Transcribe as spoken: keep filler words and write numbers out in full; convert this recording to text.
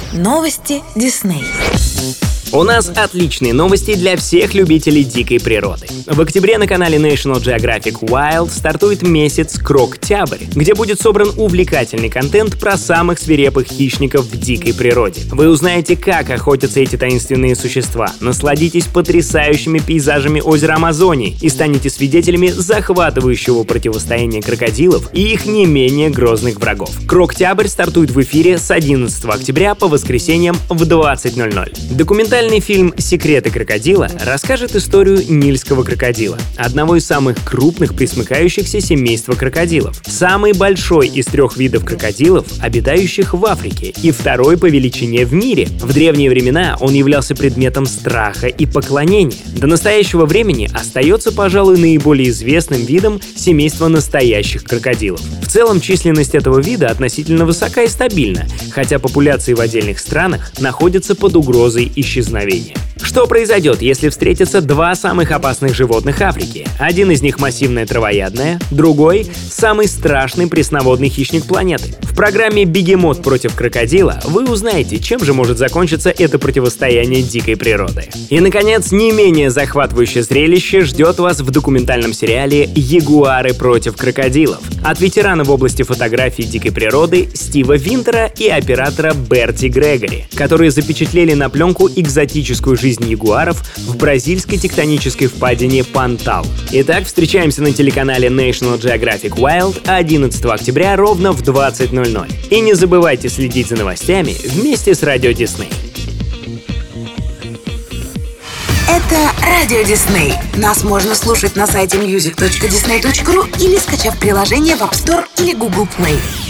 Новости Дисней. У нас отличные новости для всех любителей дикой природы. В октябре на канале National Geographic Wild стартует месяц Кроктябрь, где будет собран увлекательный контент про самых свирепых хищников в дикой природе. Вы узнаете, как охотятся эти таинственные существа, насладитесь потрясающими пейзажами озера Амазонии и станете свидетелями захватывающего противостояния крокодилов и их не менее грозных врагов. Кроктябрь стартует в эфире с одиннадцатого октября по воскресеньям в двадцать ноль ноль. Документальный фильм «Секреты крокодила» расскажет историю нильского крокодила, одного из самых крупных пресмыкающихся семейства крокодилов. Самый большой из трех видов крокодилов, обитающих в Африке, и второй по величине в мире. В древние времена он являлся предметом страха и поклонения. До настоящего времени остается, пожалуй, наиболее известным видом семейства настоящих крокодилов. В целом, численность этого вида относительно высока и стабильна, хотя популяции в отдельных странах находятся под угрозой исчезновения. Что произойдет, если встретятся два самых опасных животных Африки? Один из них массивное травоядное, другой — самый страшный пресноводный хищник планеты. В программе «Бегемот против крокодила» вы узнаете, чем же может закончиться это противостояние дикой природы. И, наконец, не менее захватывающее зрелище ждет вас в документальном сериале «Ягуары против крокодилов» от ветерана в области фотографии дикой природы Стива Винтера и оператора Берти Грегори, которые запечатлели на пленку экзотическую жизнь ягуаров в бразильской тектонической впадине Пантал. Итак, встречаемся на телеканале National Geographic Wild одиннадцатого октября ровно в двадцать ноль ноль. И не забывайте следить за новостями вместе с Радио Дисней. Это Радио Дисней. Нас можно слушать на сайте мьюзик точка дисней точка ру или скачав приложение в App Store или Google Play.